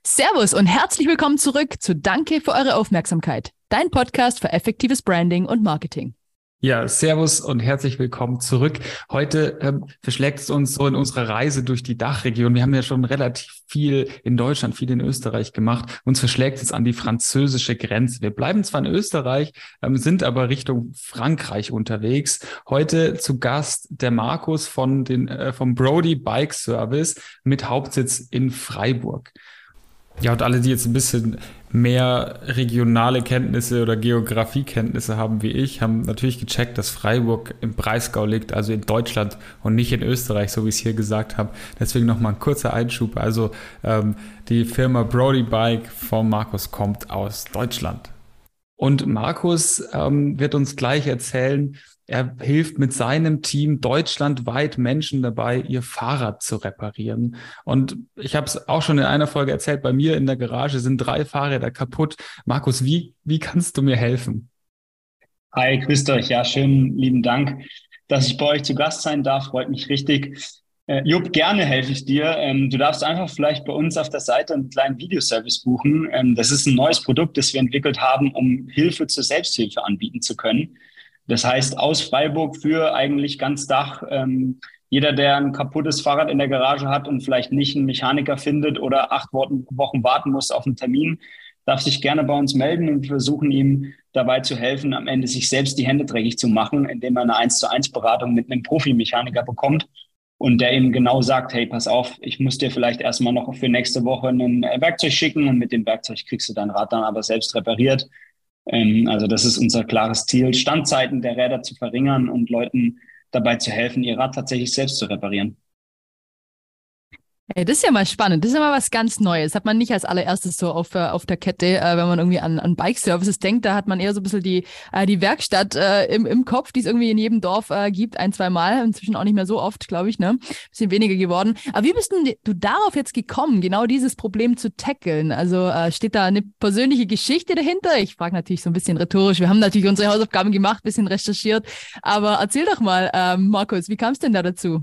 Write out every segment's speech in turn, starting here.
Servus und herzlich willkommen zurück zu Danke für eure Aufmerksamkeit, dein Podcast für effektives Branding und Marketing. Ja, Servus und herzlich willkommen zurück. Heute verschlägt es uns so in unserer Reise durch die Dachregion. Wir haben ja schon relativ viel in Deutschland, viel in Österreich gemacht. Uns verschlägt es an die französische Grenze. Wir bleiben zwar in Österreich, sind aber Richtung Frankreich unterwegs. Heute zu Gast der Markus vom Brody Bike Service mit Hauptsitz in Freiburg. Ja, und alle, die jetzt ein bisschen mehr regionale Kenntnisse oder Geografiekenntnisse haben wie ich, haben natürlich gecheckt, dass Freiburg im Breisgau liegt, also in Deutschland und nicht in Österreich, so wie ich es hier gesagt habe. Deswegen nochmal ein kurzer Einschub. Also die Firma Brody Bike von Markus kommt aus Deutschland. Und Markus wird uns gleich erzählen, er hilft mit seinem Team deutschlandweit Menschen dabei, ihr Fahrrad zu reparieren. Und ich habe es auch schon in einer Folge erzählt, bei mir in der Garage sind 3 Fahrräder kaputt. Markus, wie kannst du mir helfen? Hi, grüßt euch. Ja, schönen lieben Dank, dass ich bei euch zu Gast sein darf. Freut mich richtig. Jupp, gerne helfe ich dir. Du darfst einfach vielleicht bei uns auf der Seite einen kleinen Videoservice buchen. Das ist ein neues Produkt, das wir entwickelt haben, um Hilfe zur Selbsthilfe anbieten zu können. Das heißt, aus Freiburg für eigentlich ganz Dach. Jeder, der ein kaputtes Fahrrad in der Garage hat und vielleicht nicht einen Mechaniker findet oder 8 Wochen warten muss auf einen Termin, darf sich gerne bei uns melden und wir versuchen ihm dabei zu helfen, am Ende sich selbst die Hände dreckig zu machen, indem er eine 1:1 Beratung mit einem Profimechaniker bekommt und der ihm genau sagt, hey, pass auf, ich muss dir vielleicht erstmal noch für nächste Woche ein Werkzeug schicken und mit dem Werkzeug kriegst du dein Rad dann aber selbst repariert. Also das ist unser klares Ziel, Standzeiten der Räder zu verringern und Leuten dabei zu helfen, ihr Rad tatsächlich selbst zu reparieren. Hey, das ist ja mal spannend. Das ist ja mal was ganz Neues. Hat man nicht als allererstes so auf der Kette, wenn man irgendwie an Bike-Services denkt. Da hat man eher so ein bisschen die Werkstatt im Kopf, die es irgendwie in jedem Dorf gibt, 1-2 Mal. Inzwischen auch nicht mehr so oft, glaube ich, ne? Bisschen weniger geworden. Aber wie bist denn du darauf jetzt gekommen, genau dieses Problem zu tackeln? Also steht da eine persönliche Geschichte dahinter? Ich frage natürlich so ein bisschen rhetorisch. Wir haben natürlich unsere Hausaufgaben gemacht, ein bisschen recherchiert. Aber erzähl doch mal, Markus, wie kam es denn da dazu?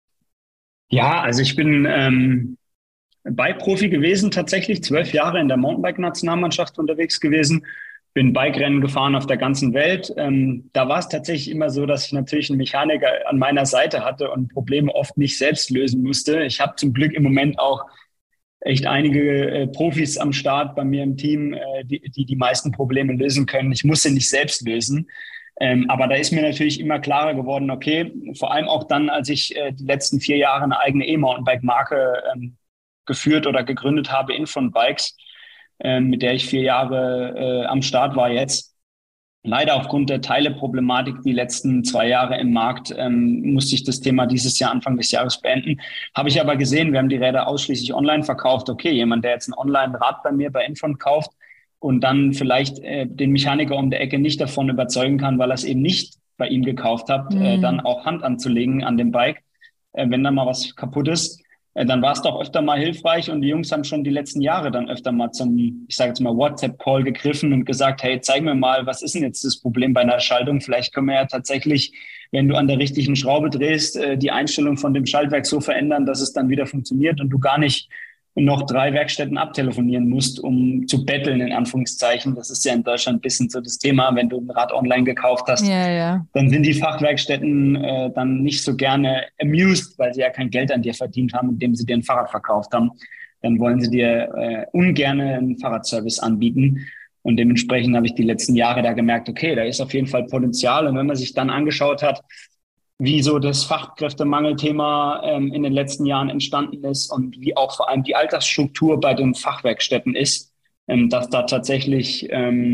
Ja, also ich bin Bike-Profi gewesen, tatsächlich 12 Jahre in der Mountainbike-Nationalmannschaft unterwegs gewesen, bin Bike-Rennen gefahren auf der ganzen Welt. Da war es tatsächlich immer so, dass ich natürlich einen Mechaniker an meiner Seite hatte und Probleme oft nicht selbst lösen musste. Ich habe zum Glück im Moment auch echt einige Profis am Start bei mir im Team, die meisten Probleme lösen können. Ich muss sie nicht selbst lösen. Aber da ist mir natürlich immer klarer geworden, okay, vor allem auch dann, als ich die letzten 4 Jahre eine eigene E-Mountainbike-Marke geführt oder gegründet habe, Infront Bikes, mit der ich 4 Jahre am Start war jetzt. Leider aufgrund der Teileproblematik die letzten 2 Jahre im Markt musste ich das Thema dieses Jahr, Anfang des Jahres beenden. Habe ich aber gesehen, wir haben die Räder ausschließlich online verkauft. Okay, jemand, der jetzt ein Online-Rad bei mir bei Infront kauft, und dann vielleicht den Mechaniker um der Ecke nicht davon überzeugen kann, weil er es eben nicht bei ihm gekauft hat, dann auch Hand anzulegen an dem Bike, wenn da mal was kaputt ist. Dann war es doch öfter mal hilfreich und die Jungs haben schon die letzten Jahre dann öfter mal zum, ich sage jetzt mal, WhatsApp-Call gegriffen und gesagt, hey, zeig mir mal, was ist denn jetzt das Problem bei einer Schaltung? Vielleicht können wir ja tatsächlich, wenn du an der richtigen Schraube drehst, die Einstellung von dem Schaltwerk so verändern, dass es dann wieder funktioniert und du gar nicht noch 3 Werkstätten abtelefonieren musst, um zu betteln, in Anführungszeichen. Das ist ja in Deutschland ein bisschen so das Thema. Wenn du ein Rad online gekauft hast, Ja. dann sind die Fachwerkstätten dann nicht so gerne amused, weil sie ja kein Geld an dir verdient haben, indem sie dir ein Fahrrad verkauft haben. Dann wollen sie dir ungerne einen Fahrradservice anbieten. Und dementsprechend habe ich die letzten Jahre da gemerkt, okay, da ist auf jeden Fall Potenzial. Und wenn man sich dann angeschaut hat, wie so das Fachkräftemangelthema in den letzten Jahren entstanden ist und wie auch vor allem die Altersstruktur bei den Fachwerkstätten ist, dass da tatsächlich,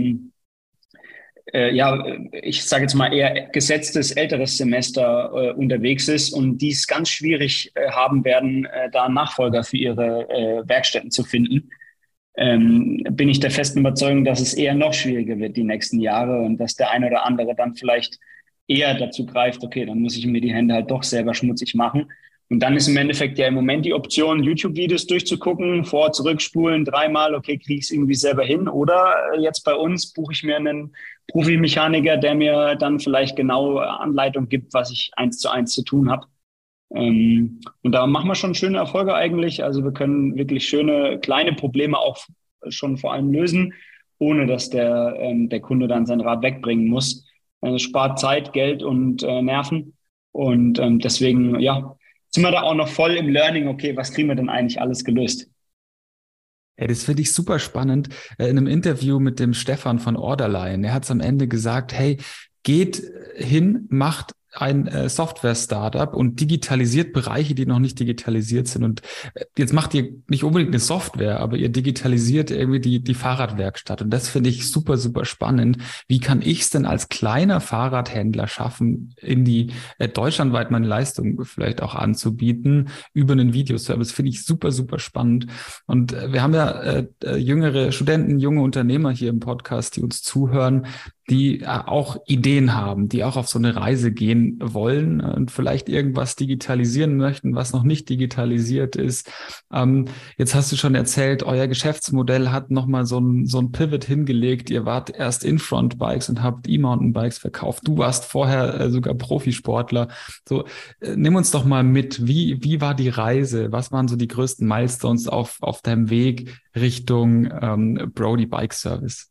ich sage jetzt mal eher gesetztes älteres Semester unterwegs ist und die es ganz schwierig haben werden, da einen Nachfolger für ihre Werkstätten zu finden. Bin ich der festen Überzeugung, dass es eher noch schwieriger wird die nächsten Jahre und dass der eine oder andere dann vielleicht eher dazu greift, okay, dann muss ich mir die Hände halt doch selber schmutzig machen. Und dann ist im Endeffekt ja im Moment die Option, YouTube-Videos durchzugucken, vor-, zurückspulen, 3-mal, okay, kriege ich es irgendwie selber hin. Oder jetzt bei uns buche ich mir einen Profimechaniker, der mir dann vielleicht genau Anleitung gibt, was ich 1:1 zu tun habe. Und da machen wir schon schöne Erfolge eigentlich. Also wir können wirklich schöne kleine Probleme auch schon vor allem lösen, ohne dass der Kunde dann sein Rad wegbringen muss. Spart Zeit, Geld und Nerven. Und deswegen, ja, sind wir da auch noch voll im Learning. Okay, was kriegen wir denn eigentlich alles gelöst? Ja, das finde ich super spannend. In einem Interview mit dem Stefan von Orderline, der hat es am Ende gesagt, hey, geht hin, macht ein Software-Startup und digitalisiert Bereiche, die noch nicht digitalisiert sind. Und jetzt macht ihr nicht unbedingt eine Software, aber ihr digitalisiert irgendwie die Fahrradwerkstatt. Und das finde ich super, super spannend. Wie kann ich es denn als kleiner Fahrradhändler schaffen, in die deutschlandweit meine Leistung vielleicht auch anzubieten über einen Videoservice? Finde ich super, super spannend. Und wir haben ja jüngere Studenten, junge Unternehmer hier im Podcast, die uns zuhören, die auch Ideen haben, die auch auf so eine Reise gehen wollen und vielleicht irgendwas digitalisieren möchten, was noch nicht digitalisiert ist. Jetzt hast du schon erzählt, euer Geschäftsmodell hat nochmal so ein Pivot hingelegt. Ihr wart erst In-Front-Bikes und habt E-Mountain-Bikes verkauft. Du warst vorher sogar Profisportler. So, nimm uns doch mal mit. Wie war die Reise? Was waren so die größten Milestones auf deinem Weg Richtung Brody Bike Service?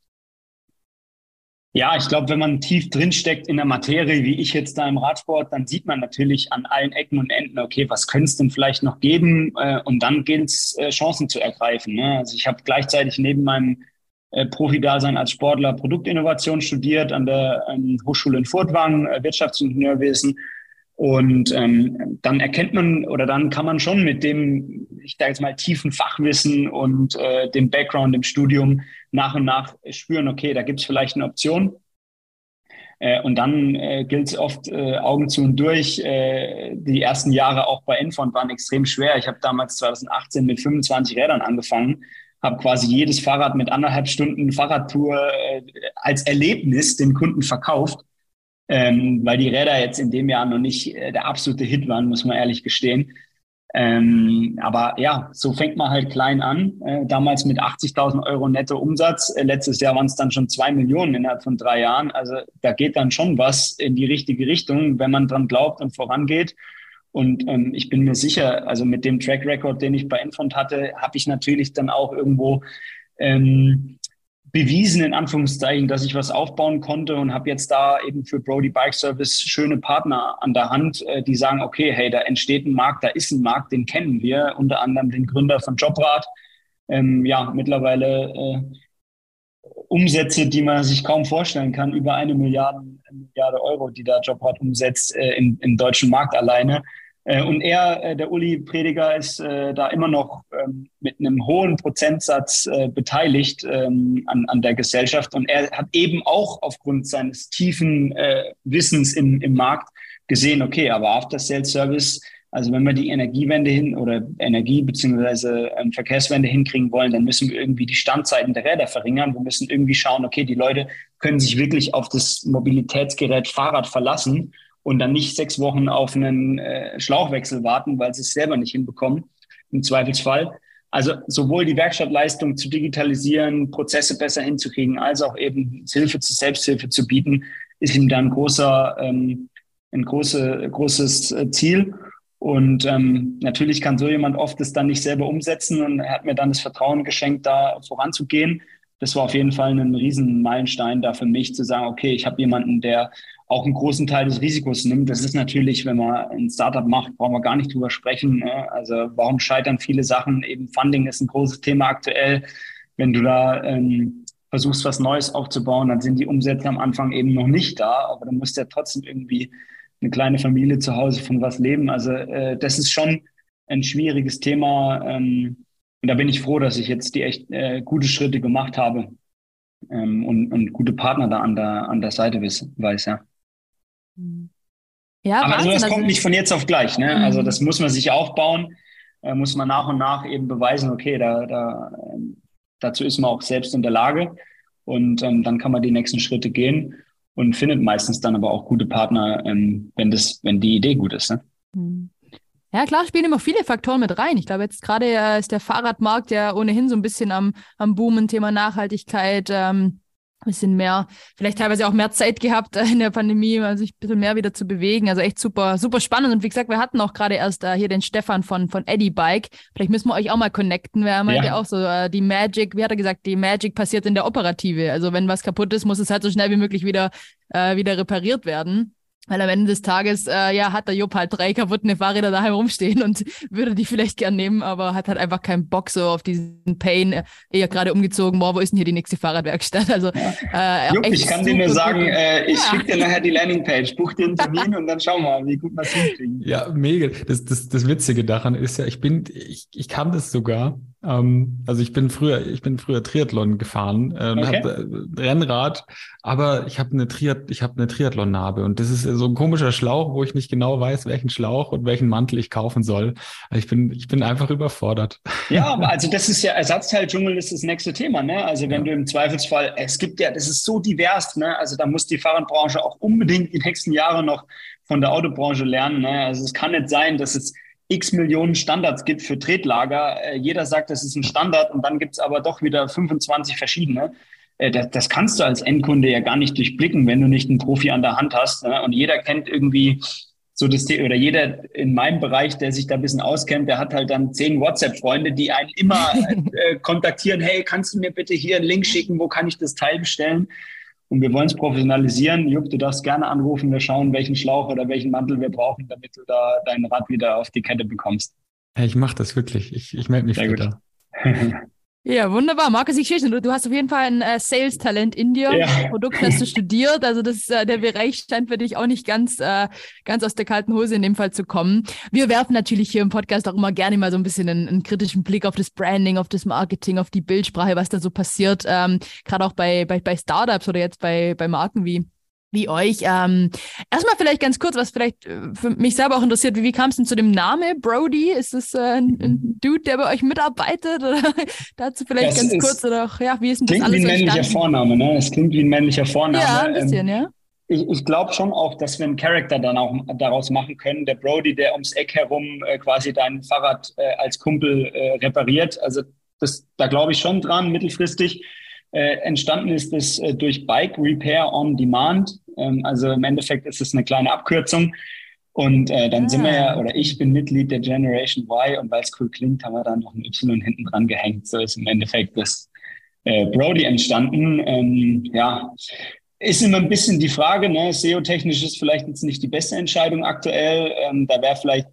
Ja, ich glaube, wenn man tief drin steckt in der Materie, wie ich jetzt da im Radsport, dann sieht man natürlich an allen Ecken und Enden, okay, was könnte es denn vielleicht noch geben? Und dann gilt es, Chancen zu ergreifen. Ne? Also ich habe gleichzeitig neben meinem Profi-Dasein als Sportler Produktinnovation studiert an der Hochschule in Furtwangen, Wirtschaftsingenieurwesen. Und dann erkennt man oder dann kann man schon mit dem, ich sage jetzt mal, tiefen Fachwissen und dem Background im Studium nach und nach spüren, okay, da gibt es vielleicht eine Option. Und dann gilt es oft Augen zu und durch. Die ersten Jahre auch bei Enfront waren extrem schwer. Ich habe damals 2018 mit 25 Rädern angefangen, habe quasi jedes Fahrrad mit 1,5 Stunden Fahrradtour als Erlebnis den Kunden verkauft. Weil die Räder jetzt in dem Jahr noch nicht der absolute Hit waren, muss man ehrlich gestehen. Aber ja, so fängt man halt klein an. Damals mit 80.000 Euro netto Umsatz. Letztes Jahr waren es dann schon 2 Millionen innerhalb von 3 Jahren. Also da geht dann schon was in die richtige Richtung, wenn man dran glaubt und vorangeht. Und ich bin mir sicher, also mit dem Track Record, den ich bei Enfront hatte, habe ich natürlich dann auch irgendwo bewiesen, in Anführungszeichen, dass ich was aufbauen konnte und habe jetzt da eben für Brody Bike Service schöne Partner an der Hand, die sagen, okay, hey, da entsteht ein Markt, da ist ein Markt, den kennen wir, unter anderem den Gründer von Jobrad. Ja, mittlerweile Umsätze, die man sich kaum vorstellen kann, über 1 Milliarde Euro, die da Jobrad umsetzt im deutschen Markt alleine. Und der Uli Prediger, ist da immer noch mit einem hohen Prozentsatz beteiligt an der Gesellschaft. Und er hat eben auch aufgrund seines tiefen Wissens im Markt gesehen, okay, aber After-Sales-Service, also wenn wir die Energiewende oder Energie- bzw. Verkehrswende hinkriegen wollen, dann müssen wir irgendwie die Standzeiten der Räder verringern. Wir müssen irgendwie schauen, okay, die Leute können sich wirklich auf das Mobilitätsgerät Fahrrad verlassen und dann nicht 6 Wochen auf einen Schlauchwechsel warten, weil sie es selber nicht hinbekommen, im Zweifelsfall. Also sowohl die Werkstattleistung zu digitalisieren, Prozesse besser hinzukriegen, als auch eben Hilfe zur Selbsthilfe zu bieten, ist ihm dann ein großes Ziel. Und natürlich kann so jemand oft es dann nicht selber umsetzen und er hat mir dann das Vertrauen geschenkt, da voranzugehen. Das war auf jeden Fall ein riesen Meilenstein da für mich, zu sagen, okay, ich habe jemanden, der auch einen großen Teil des Risikos nimmt. Das ist natürlich, wenn man ein Startup macht, brauchen wir gar nicht drüber sprechen. Ne? Also warum scheitern viele Sachen? Eben Funding ist ein großes Thema aktuell. Wenn du da versuchst, was Neues aufzubauen, dann sind die Umsätze am Anfang eben noch nicht da, aber du musst ja trotzdem irgendwie eine kleine Familie zu Hause von was leben. Also das ist schon ein schwieriges Thema. Und da bin ich froh, dass ich jetzt die echt gute Schritte gemacht habe und gute Partner da an der Seite weiß, ja. Ja, aber Wahnsinn. das kommt nicht von jetzt auf gleich, ne? Mhm. Also das muss man sich aufbauen, muss man nach und nach eben beweisen, okay, dazu ist man auch selbst in der Lage und dann kann man die nächsten Schritte gehen und findet meistens dann aber auch gute Partner, wenn die Idee gut ist, ne? Ja, klar, spielen immer viele Faktoren mit rein. Ich glaube, jetzt gerade ist der Fahrradmarkt ja ohnehin so ein bisschen am Boomen, Thema Nachhaltigkeit. ein bisschen mehr, vielleicht teilweise auch mehr Zeit gehabt in der Pandemie, also sich ein bisschen mehr wieder zu bewegen. Also echt super, super spannend. Und wie gesagt, wir hatten auch gerade erst hier den Stefan von Eddie Bike. Vielleicht müssen wir euch auch mal connecten. Er meinte auch so, die Magic, wie hat er gesagt, die Magic passiert in der Operative. Also wenn was kaputt ist, muss es halt so schnell wie möglich wieder repariert werden. Weil am Ende des Tages, hat der Jupp halt 3 kaputte Fahrräder daheim rumstehen und würde die vielleicht gern nehmen, aber hat halt einfach keinen Bock so auf diesen Pain. Eher gerade umgezogen, wo ist denn hier die nächste Fahrradwerkstatt? Also, Jupp, ich kann dir nur sagen, ich schicke dir nachher die Landingpage, buch dir einen Termin und dann schauen wir mal, wie gut wir es hinkriegen. Ja, mega. Das Witzige daran ist ja, ich kann das sogar. Also ich bin früher Triathlon gefahren, hatte Rennrad, aber ich habe eine Triathlon-Narbe und das ist so ein komischer Schlauch, wo ich nicht genau weiß, welchen Schlauch und welchen Mantel ich kaufen soll. Also ich bin einfach überfordert. Ja, aber also das ist ja Ersatzteildschungel ist das nächste Thema, ne? Also wenn du im Zweifelsfall, das ist so divers, ne? Also da muss die Fahrradbranche auch unbedingt die nächsten Jahre noch von der Autobranche lernen, ne? Also es kann nicht sein, dass es x Millionen Standards gibt für Tretlager. Jeder sagt, das ist ein Standard und dann gibt's aber doch wieder 25 verschiedene. Das kannst du als Endkunde ja gar nicht durchblicken, wenn du nicht einen Profi an der Hand hast. Ne? Und jeder kennt irgendwie so das, oder jeder in meinem Bereich, der sich da ein bisschen auskennt, der hat halt dann 10 WhatsApp-Freunde, die einen immer kontaktieren. Hey, kannst du mir bitte hier einen Link schicken? Wo kann ich das Teil bestellen? Und wir wollen es professionalisieren. Jupp, du darfst gerne anrufen. Wir schauen, welchen Schlauch oder welchen Mantel wir brauchen, damit du da dein Rad wieder auf die Kette bekommst. Hey, ich mache das wirklich. Ich melde mich später. Ja, wunderbar. Markus, ich schätze, du hast auf jeden Fall ein Sales-Talent in dir. Ja. Produkt hast du studiert. Also der Bereich scheint für dich auch nicht ganz aus der kalten Hose in dem Fall zu kommen. Wir werfen natürlich hier im Podcast auch immer gerne mal so ein bisschen einen kritischen Blick auf das Branding, auf das Marketing, auf die Bildsprache, was da so passiert. Gerade auch bei Startups oder jetzt bei Marken wie euch. Erstmal vielleicht ganz kurz, was vielleicht für mich selber auch interessiert, wie kam es denn zu dem Namen Brody? Ist das ein Dude, der bei euch mitarbeitet? Oder dazu vielleicht ganz kurz? Oder auch, wie ist denn das alles entstanden? Klingt wie ein männlicher Vorname, ne? Es klingt wie ein männlicher Vorname. Ja, ein bisschen, ja. Ich glaube schon auch, dass wir einen Charakter dann auch daraus machen können. Der Brody, der ums Eck herum quasi dein Fahrrad als Kumpel repariert. Also da glaube ich schon dran, mittelfristig. Entstanden ist es durch Bike Repair on Demand. Also im Endeffekt ist es eine kleine Abkürzung. Und dann sind wir oder ich bin Mitglied der Generation Y und weil es cool klingt, haben wir da noch ein Y hinten dran gehängt. So ist im Endeffekt das Brody entstanden. Ist immer ein bisschen die Frage, ne? SEO-technisch ist vielleicht jetzt nicht die beste Entscheidung aktuell. Da wäre vielleicht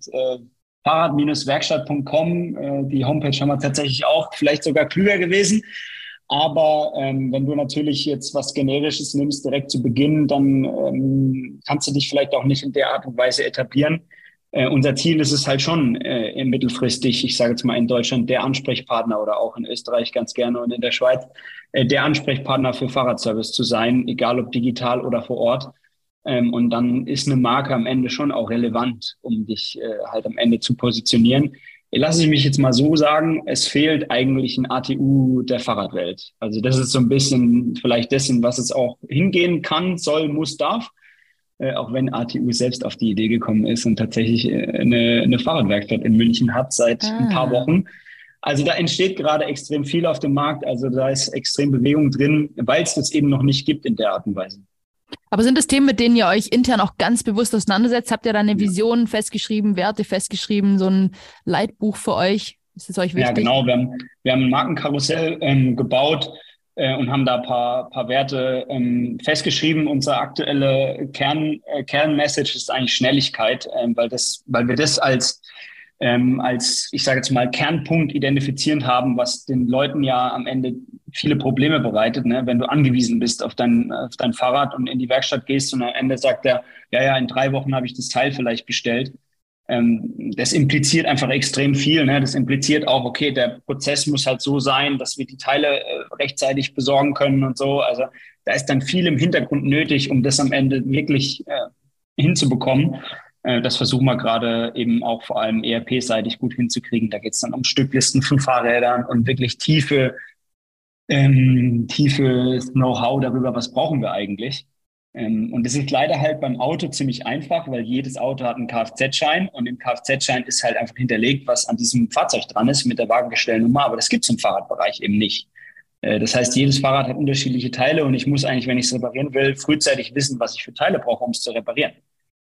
fahrrad-werkstatt.com, die Homepage haben wir tatsächlich auch, vielleicht sogar klüger gewesen. Aber wenn du natürlich jetzt was Generisches nimmst direkt zu Beginn, dann kannst du dich vielleicht auch nicht in der Art und Weise etablieren. Unser Ziel ist es halt schon mittelfristig, ich sage jetzt mal in Deutschland, der Ansprechpartner oder auch in Österreich ganz gerne und in der Schweiz, der Ansprechpartner für Fahrradservice zu sein, egal ob digital oder vor Ort. Und dann ist eine Marke am Ende schon auch relevant, um dich halt am Ende zu positionieren. Lasse ich mich jetzt mal so sagen, es fehlt eigentlich ein ATU der Fahrradwelt. Also das ist so ein bisschen vielleicht dessen, was es auch hingehen kann, soll, muss, darf. Auch wenn ATU selbst auf die Idee gekommen ist und tatsächlich eine Fahrradwerkstatt in München hat seit ein paar Wochen. Also da entsteht gerade extrem viel auf dem Markt. Also da ist extrem Bewegung drin, weil es das eben noch nicht gibt in der Art und Weise. Aber sind das Themen, mit denen ihr euch intern auch ganz bewusst auseinandersetzt? Habt ihr da eine Vision festgeschrieben, Werte festgeschrieben, so ein Leitbuch für euch? Ist das euch wichtig? Ja, genau. Wir haben ein Markenkarussell gebaut und haben da ein paar Werte festgeschrieben. Unsere aktuelle Kernmessage ist eigentlich Schnelligkeit, weil wir das als ich sage jetzt mal, Kernpunkt identifiziert haben, was den Leuten ja am Ende viele Probleme bereitet, ne? Wenn du angewiesen bist auf dein Fahrrad und in die Werkstatt gehst und am Ende sagt er, ja, in 3 Wochen habe ich das Teil vielleicht bestellt. Das impliziert einfach extrem viel, ne? Das impliziert auch, okay, der Prozess muss halt so sein, dass wir die Teile rechtzeitig besorgen können und so. Also da ist dann viel im Hintergrund nötig, um das am Ende wirklich hinzubekommen. Das versuchen wir gerade eben auch vor allem ERP-seitig gut hinzukriegen. Da geht es dann um Stücklisten von Fahrrädern und wirklich tiefes Know-how darüber, was brauchen wir eigentlich. Und das ist leider halt beim Auto ziemlich einfach, weil jedes Auto hat einen Kfz-Schein und im Kfz-Schein ist halt einfach hinterlegt, was an diesem Fahrzeug dran ist mit der Wagengestellnummer. Aber das gibt es im Fahrradbereich eben nicht. Das heißt, jedes Fahrrad hat unterschiedliche Teile und ich muss eigentlich, wenn ich es reparieren will, frühzeitig wissen, was ich für Teile brauche, um es zu reparieren.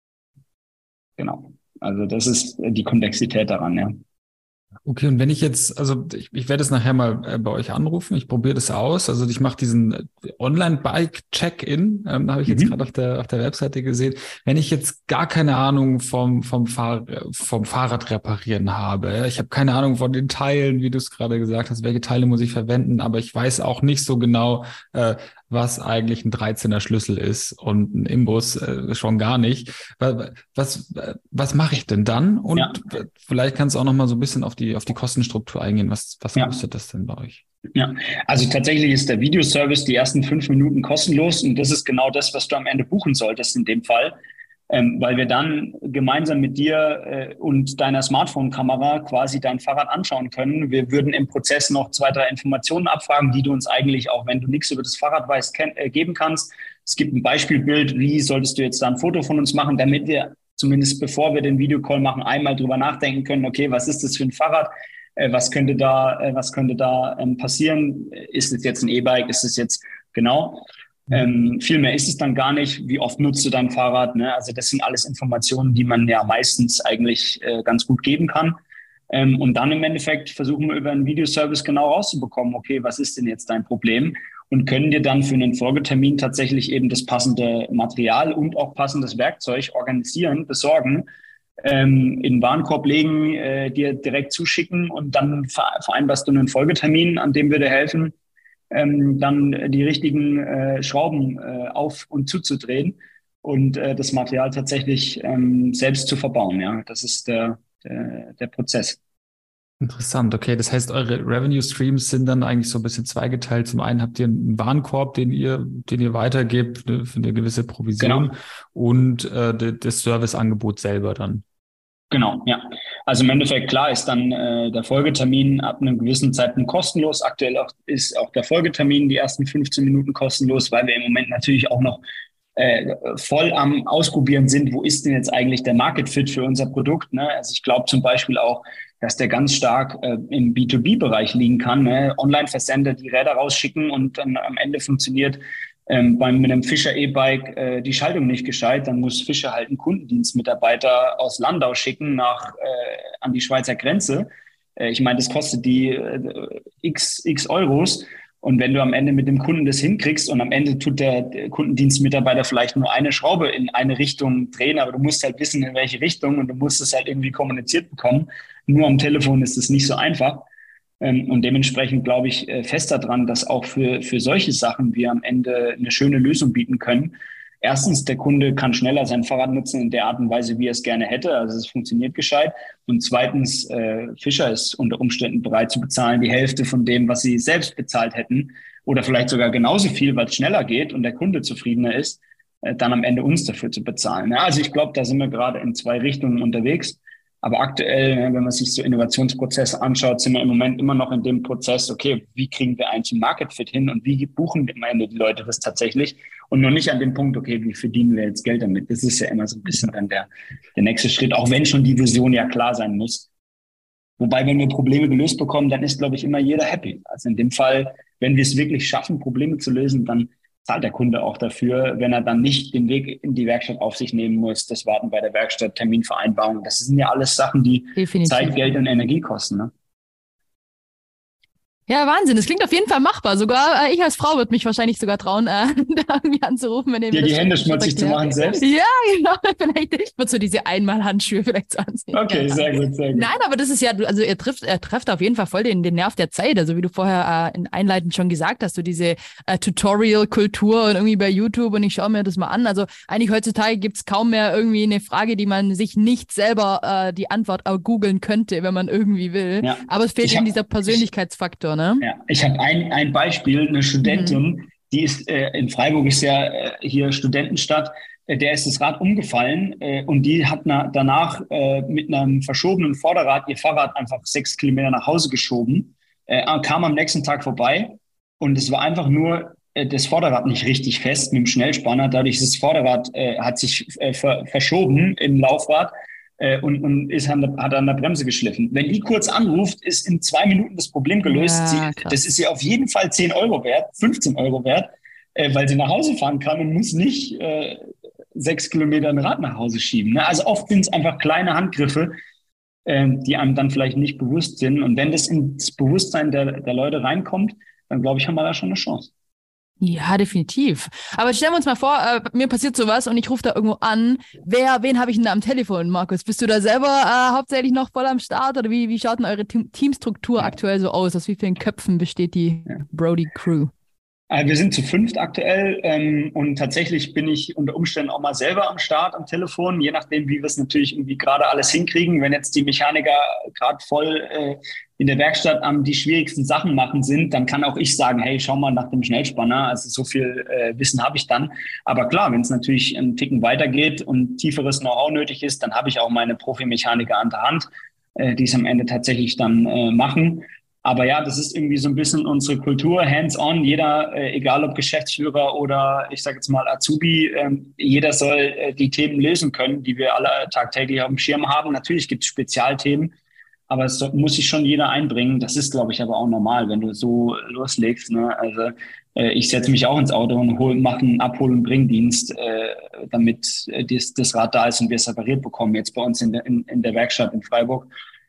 Genau. Also das ist die Komplexität daran, ja. Okay, und wenn ich jetzt, also ich werde es nachher mal bei euch anrufen, ich probiere das aus. Also ich mache diesen Online-Bike-Check-In, habe ich jetzt gerade auf der Webseite gesehen. Wenn ich jetzt gar keine Ahnung vom Fahrrad reparieren habe, ich habe keine Ahnung von den Teilen, wie du es gerade gesagt hast, welche Teile muss ich verwenden, aber ich weiß auch nicht so genau, was eigentlich ein 13er Schlüssel ist und ein Imbus schon gar nicht. Was mache ich denn dann? Und vielleicht kannst du auch noch mal so ein bisschen auf die Kostenstruktur eingehen. Was kostet das denn bei euch? Ja, also tatsächlich ist der Videoservice die ersten 5 Minuten kostenlos und das ist genau das, was du am Ende buchen solltest in dem Fall. Weil wir dann gemeinsam mit dir und deiner Smartphone-Kamera quasi dein Fahrrad anschauen können. Wir würden im Prozess noch 2, 3 Informationen abfragen, die du uns eigentlich, auch wenn du nichts über das Fahrrad weißt, geben kannst. Es gibt ein Beispielbild, wie solltest du jetzt da ein Foto von uns machen, damit wir zumindest bevor wir den Videocall machen, einmal drüber nachdenken können, okay, was ist das für ein Fahrrad? Was könnte da passieren? Ist es jetzt ein E-Bike? Ist es jetzt genau? Viel mehr ist es dann gar nicht. Wie oft nutzt du dein Fahrrad? Ne? Also das sind alles Informationen, die man ja meistens eigentlich ganz gut geben kann. Und dann im Endeffekt versuchen wir über einen Videoservice genau rauszubekommen, okay, was ist denn jetzt dein Problem? Und können dir dann für einen Folgetermin tatsächlich eben das passende Material und auch passendes Werkzeug organisieren, besorgen, in den Warenkorb legen, dir direkt zuschicken und dann vereinbarst du einen Folgetermin, an dem wir dir helfen, dann die richtigen Schrauben auf- und zuzudrehen und das Material tatsächlich selbst zu verbauen. Ja, das ist der Prozess. Interessant, okay. Das heißt, eure Revenue Streams sind dann eigentlich so ein bisschen zweigeteilt. Zum einen habt ihr einen Warenkorb, den ihr weitergebt, ne, für eine gewisse Provision, Genau. und das Serviceangebot selber dann. Genau, ja. Also im Endeffekt, klar, ist dann der Folgetermin ab einem gewissen Zeitpunkt kostenlos. Aktuell ist auch der Folgetermin die ersten 15 Minuten kostenlos, weil wir im Moment natürlich auch noch voll am Ausprobieren sind, wo ist denn jetzt eigentlich der Market Fit für unser Produkt. Ne? Also ich glaube zum Beispiel auch, dass der ganz stark im B2B-Bereich liegen kann. Ne? Online-Versender, die Räder rausschicken und dann am Ende funktioniert mit einem Fischer E-Bike die Schaltung nicht gescheit, dann muss Fischer halt einen Kundendienstmitarbeiter aus Landau schicken an die Schweizer Grenze. Ich meine, das kostet die x Euros. Und wenn du am Ende mit dem Kunden das hinkriegst und am Ende tut der Kundendienstmitarbeiter vielleicht nur eine Schraube in eine Richtung drehen, aber du musst halt wissen, in welche Richtung, und du musst es halt irgendwie kommuniziert bekommen. Nur am Telefon ist es nicht so einfach. Und dementsprechend glaube ich fest daran, dass auch für solche Sachen wir am Ende eine schöne Lösung bieten können. Erstens, der Kunde kann schneller sein Fahrrad nutzen in der Art und Weise, wie er es gerne hätte. Also es funktioniert gescheit. Und zweitens, Fischer ist unter Umständen bereit zu bezahlen, die Hälfte von dem, was sie selbst bezahlt hätten. Oder vielleicht sogar genauso viel, weil es schneller geht und der Kunde zufriedener ist, dann am Ende uns dafür zu bezahlen. Ja, also ich glaube, da sind wir gerade in 2 Richtungen unterwegs. Aber aktuell, wenn man sich so Innovationsprozesse anschaut, sind wir im Moment immer noch in dem Prozess, okay, wie kriegen wir eigentlich einen Market Fit hin und wie buchen am Ende die Leute das tatsächlich? Und noch nicht an dem Punkt, okay, wie verdienen wir jetzt Geld damit? Das ist ja immer so ein bisschen dann der nächste Schritt, auch wenn schon die Vision ja klar sein muss. Wobei, wenn wir Probleme gelöst bekommen, dann ist, glaube ich, immer jeder happy. Also in dem Fall, wenn wir es wirklich schaffen, Probleme zu lösen, dann zahlt der Kunde auch dafür, wenn er dann nicht den Weg in die Werkstatt auf sich nehmen muss, das Warten bei der Werkstatt, Terminvereinbarung. Das sind ja alles Sachen, die Definitiv Zeit, Geld und Energie kosten. Ne? Ja, Wahnsinn. Das klingt auf jeden Fall machbar. Sogar ich als Frau würde mich wahrscheinlich sogar trauen, da irgendwie anzurufen, wenn ihr mir Dir die Hände schmutzig zu machen selbst? Ja, genau. Vielleicht wird so diese Einmalhandschuhe vielleicht so ansehen. Okay, ja. sehr gut, sehr gut. Nein, aber das ist ja, also er trifft auf jeden Fall voll den Nerv der Zeit. Also wie du vorher einleitend schon gesagt hast, so diese Tutorial-Kultur und irgendwie bei YouTube und ich schaue mir das mal an. Also eigentlich heutzutage gibt's kaum mehr irgendwie eine Frage, die man sich nicht selber die Antwort auch googeln könnte, wenn man irgendwie will. Ja. Aber es fehlt eben dieser Persönlichkeitsfaktor, ne? Ja, ich habe ein Beispiel, eine Studentin, die ist in Freiburg, ist ja hier Studentenstadt, der ist das Rad umgefallen und die hat danach mit einem verschobenen Vorderrad ihr Fahrrad einfach 6 Kilometer nach Hause geschoben, kam am nächsten Tag vorbei und es war einfach nur das Vorderrad nicht richtig fest mit dem Schnellspanner. Dadurch ist das Vorderrad hat sich verschoben im Laufrad. und hat an der Bremse geschliffen. Wenn die kurz anruft, ist in 2 Minuten das Problem gelöst. Ja, Das ist ihr auf jeden Fall 10 Euro wert, 15 Euro wert, weil sie nach Hause fahren kann und muss nicht 6 Kilometer ein Rad nach Hause schieben. Ne? Also oft sind es einfach kleine Handgriffe, die einem dann vielleicht nicht bewusst sind. Und wenn das ins Bewusstsein der Leute reinkommt, dann glaube ich, haben wir da schon eine Chance. Ja, definitiv. Aber stellen wir uns mal vor, mir passiert sowas und ich rufe da irgendwo an. Wen habe ich denn da am Telefon, Markus? Bist du da selber hauptsächlich noch voll am Start oder wie schaut denn eure Teamstruktur aktuell so aus? Aus wie vielen Köpfen besteht die Brody-Crew? Wir sind zu 5 aktuell und tatsächlich bin ich unter Umständen auch mal selber am Start am Telefon, je nachdem, wie wir es natürlich irgendwie gerade alles hinkriegen. Wenn jetzt die Mechaniker gerade voll in der Werkstatt am die schwierigsten Sachen machen sind, dann kann auch ich sagen, hey, schau mal nach dem Schnellspanner. Also so viel Wissen habe ich dann. Aber klar, wenn es natürlich einen Ticken weitergeht und tieferes Know-how nötig ist, dann habe ich auch meine Profimechaniker an der Hand, die es am Ende tatsächlich dann machen. Aber ja, das ist irgendwie so ein bisschen unsere Kultur, hands-on. Jeder, egal ob Geschäftsführer oder ich sage jetzt mal Azubi, jeder soll die Themen lösen können, die wir alle tagtäglich auf dem Schirm haben. Natürlich gibt es Spezialthemen, aber es muss sich schon jeder einbringen. Das ist, glaube ich, aber auch normal, wenn du so loslegst. Ne? Also ich setze mich auch ins Auto und mache einen Abhol- und Bringdienst, damit das Rad da ist und wir es repariert bekommen, jetzt bei uns in der Werkstatt in Freiburg.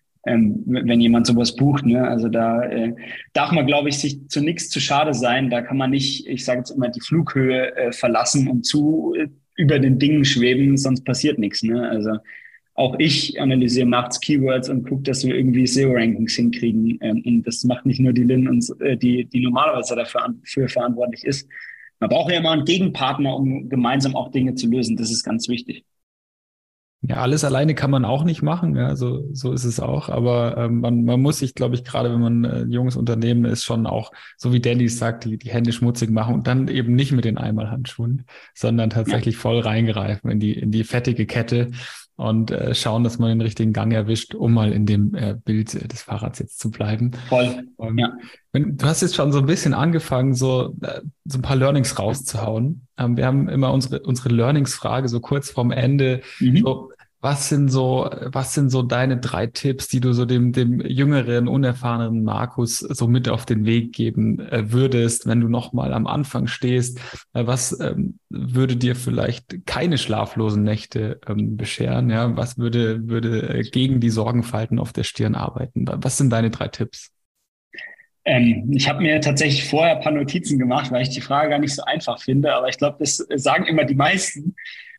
Wenn jemand sowas bucht, ne? Also da darf man, glaube ich, sich zu nichts zu schade sein. Da kann man nicht, ich sage jetzt immer, die Flughöhe verlassen und über den Dingen schweben, sonst passiert nichts. Ne? Also auch ich analysiere nachts Keywords und gucke, dass wir irgendwie SEO-Rankings hinkriegen. Und das macht nicht nur die Lynn, die normalerweise dafür verantwortlich ist. Man braucht ja immer einen Gegenpartner, um gemeinsam auch Dinge zu lösen. Das ist ganz wichtig. Ja, alles alleine kann man auch nicht machen, ja, so ist es auch. Aber man muss sich, glaube ich, gerade wenn man ein junges Unternehmen ist, schon auch, so wie Danny sagt, die Hände schmutzig machen und dann eben nicht mit den Einmalhandschuhen, sondern tatsächlich voll reingreifen in die fettige Kette und schauen, dass man den richtigen Gang erwischt, um mal in dem Bild des Fahrrads jetzt zu bleiben. Voll, ja. Du hast jetzt schon so ein bisschen angefangen, so ein paar Learnings rauszuhauen. Wir haben immer unsere Learnings-Frage so kurz vorm Ende. So, was sind so deine 3 Tipps, die du so dem jüngeren, unerfahrenen Markus so mit auf den Weg geben würdest, wenn du noch mal am Anfang stehst? Was würde dir vielleicht keine schlaflosen Nächte bescheren? Ja, was würde gegen die Sorgenfalten auf der Stirn arbeiten? Was sind deine 3 Tipps? Ich habe mir tatsächlich vorher ein paar Notizen gemacht, weil ich die Frage gar nicht so einfach finde, aber ich glaube, das sagen immer die meisten.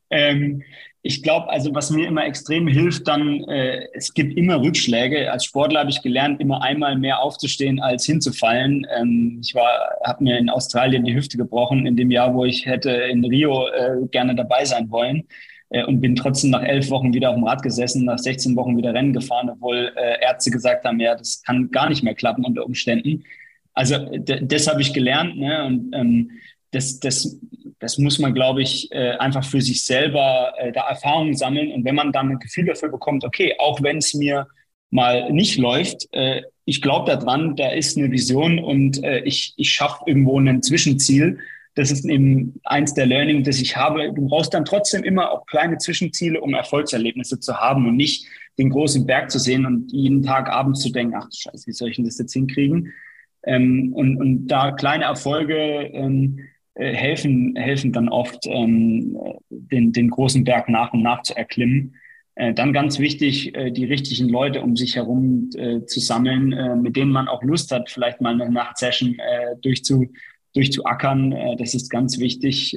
Ich glaube, also was mir immer extrem hilft, dann, es gibt immer Rückschläge. Als Sportler habe ich gelernt, immer einmal mehr aufzustehen, als hinzufallen. Habe mir in Australien die Hüfte gebrochen, in dem Jahr, wo ich hätte in Rio gerne dabei sein wollen. Und bin trotzdem nach 11 Wochen wieder auf dem Rad gesessen, nach 16 Wochen wieder Rennen gefahren, obwohl Ärzte gesagt haben, ja, das kann gar nicht mehr klappen unter Umständen. Also das habe ich gelernt, ne? Und das muss man, glaube ich, einfach für sich selber da Erfahrungen sammeln. Und wenn man dann ein Gefühl dafür bekommt, okay, auch wenn es mir mal nicht läuft, ich glaube daran, da ist eine Vision und ich schaffe irgendwo ein Zwischenziel. Das ist eben eins der Learning, das ich habe. Du brauchst dann trotzdem immer auch kleine Zwischenziele, um Erfolgserlebnisse zu haben und nicht den großen Berg zu sehen und jeden Tag abends zu denken, ach Scheiße, wie soll ich denn das jetzt hinkriegen? Und da kleine Erfolge helfen dann oft, den großen Berg nach und nach zu erklimmen. Dann ganz wichtig, die richtigen Leute um sich herum zu sammeln, mit denen man auch Lust hat, vielleicht mal eine Nachtsession durchzuackern. Das ist ganz wichtig.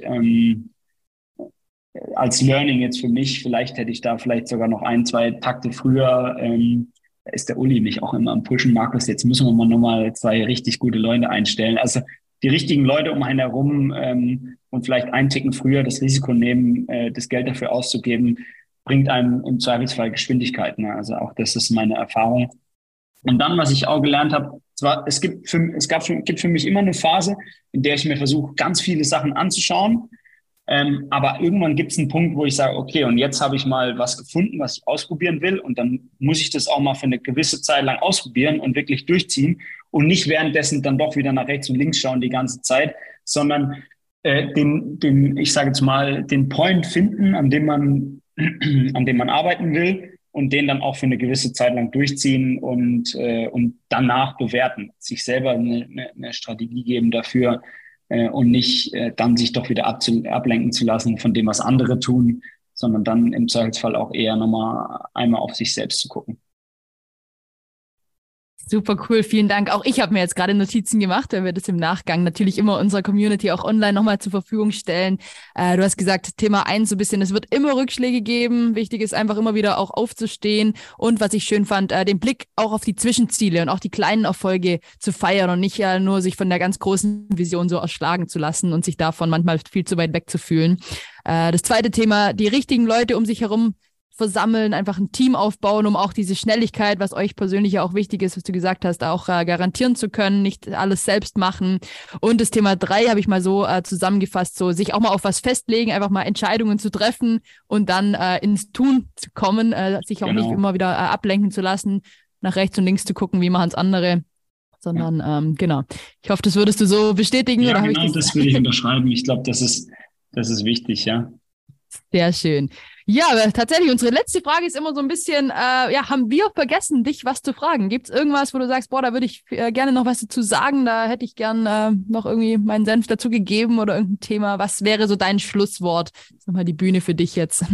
Als Learning jetzt für mich, vielleicht hätte ich da vielleicht sogar noch 1, 2 Takte früher, da ist der Uli mich auch immer am Pushen. Markus, jetzt müssen wir mal nochmal 2 richtig gute Leute einstellen. Also die richtigen Leute um einen herum und vielleicht einen Ticken früher das Risiko nehmen, das Geld dafür auszugeben, bringt einem im Zweifelsfall Geschwindigkeit. Ne? Also auch das ist meine Erfahrung. Und dann, was ich auch gelernt habe, es gibt für mich immer eine Phase, in der ich mir versuche, ganz viele Sachen anzuschauen. Aber irgendwann gibt es einen Punkt, wo ich sage, okay, und jetzt habe ich mal was gefunden, was ich ausprobieren will. Und dann muss ich das auch mal für eine gewisse Zeit lang ausprobieren und wirklich durchziehen und nicht währenddessen dann doch wieder nach rechts und links schauen die ganze Zeit, sondern ich sage jetzt mal, den Point finden, an dem man arbeiten will und den dann auch für eine gewisse Zeit lang durchziehen und danach bewerten, sich selber eine Strategie geben dafür und nicht dann sich doch wieder ablenken zu lassen von dem, was andere tun, sondern dann im Zweifelsfall auch eher nochmal einmal auf sich selbst zu gucken. Super cool, vielen Dank. Auch ich habe mir jetzt gerade Notizen gemacht, weil wir das im Nachgang natürlich immer unserer Community auch online nochmal zur Verfügung stellen. Du hast gesagt, Thema 1 so ein bisschen, es wird immer Rückschläge geben. Wichtig ist einfach immer wieder auch aufzustehen und was ich schön fand, den Blick auch auf die Zwischenziele und auch die kleinen Erfolge zu feiern und nicht nur sich von der ganz großen Vision so erschlagen zu lassen und sich davon manchmal viel zu weit weg zu fühlen. Das zweite Thema, die richtigen Leute um sich herum versammeln, einfach ein Team aufbauen, um auch diese Schnelligkeit, was euch persönlich ja auch wichtig ist, was du gesagt hast, auch garantieren zu können, nicht alles selbst machen. Und das Thema 3 habe ich mal so zusammengefasst, so sich auch mal auf was festlegen, einfach mal Entscheidungen zu treffen und dann ins Tun zu kommen, sich auch nicht immer wieder ablenken zu lassen, nach rechts und links zu gucken, wie machen es andere, sondern genau. Ich hoffe, das würdest du so bestätigen. Ja, oder genau, das würde ich unterschreiben. Ich glaube, das ist wichtig, ja. Sehr schön. Ja, aber tatsächlich, unsere letzte Frage ist immer so ein bisschen, haben wir vergessen, dich was zu fragen? Gibt es irgendwas, wo du sagst, boah, da würde ich gerne noch was dazu sagen, da hätte ich gern noch irgendwie meinen Senf dazu gegeben oder irgendein Thema? Was wäre so dein Schlusswort? Das ist nochmal die Bühne für dich jetzt.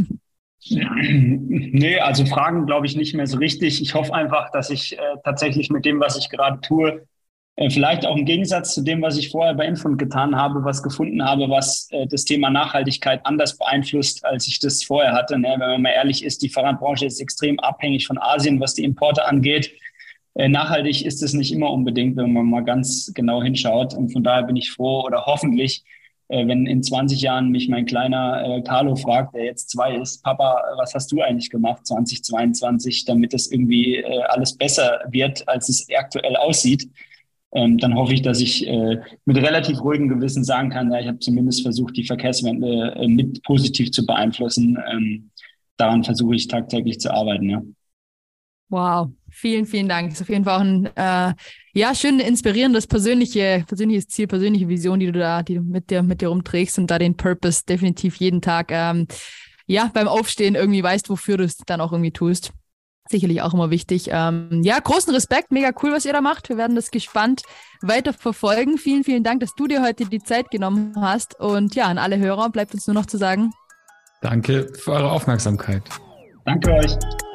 Nee, also Fragen glaube ich nicht mehr so richtig. Ich hoffe einfach, dass ich tatsächlich mit dem, was ich gerade tue, vielleicht auch im Gegensatz zu dem, was ich vorher bei Infund getan habe, was gefunden habe, was das Thema Nachhaltigkeit anders beeinflusst, als ich das vorher hatte. Ne? Wenn man mal ehrlich ist, die Fahrradbranche ist extrem abhängig von Asien, was die Importe angeht. Nachhaltig ist es nicht immer unbedingt, wenn man mal ganz genau hinschaut. Und von daher bin ich froh oder hoffentlich, wenn in 20 Jahren mich mein kleiner Carlo fragt, der jetzt 2 ist, Papa, was hast du eigentlich gemacht 2022, damit das irgendwie alles besser wird, als es aktuell aussieht. Dann hoffe ich, dass ich mit relativ ruhigem Gewissen sagen kann, ja, ich habe zumindest versucht, die Verkehrswende mit positiv zu beeinflussen. Daran versuche ich tagtäglich zu arbeiten. Ja. Wow, vielen, vielen Dank. Das ist auf jeden Fall auch ein schön inspirierendes persönliches Ziel, persönliche Vision, die du mit dir rumträgst und da den Purpose definitiv jeden Tag beim Aufstehen irgendwie weißt, wofür du es dann auch irgendwie tust. Sicherlich auch immer wichtig. Großen Respekt, mega cool, was ihr da macht. Wir werden das gespannt weiter verfolgen. Vielen, vielen Dank, dass du dir heute die Zeit genommen hast. Und ja, an alle Hörer bleibt uns nur noch zu sagen. Danke für eure Aufmerksamkeit. Danke euch.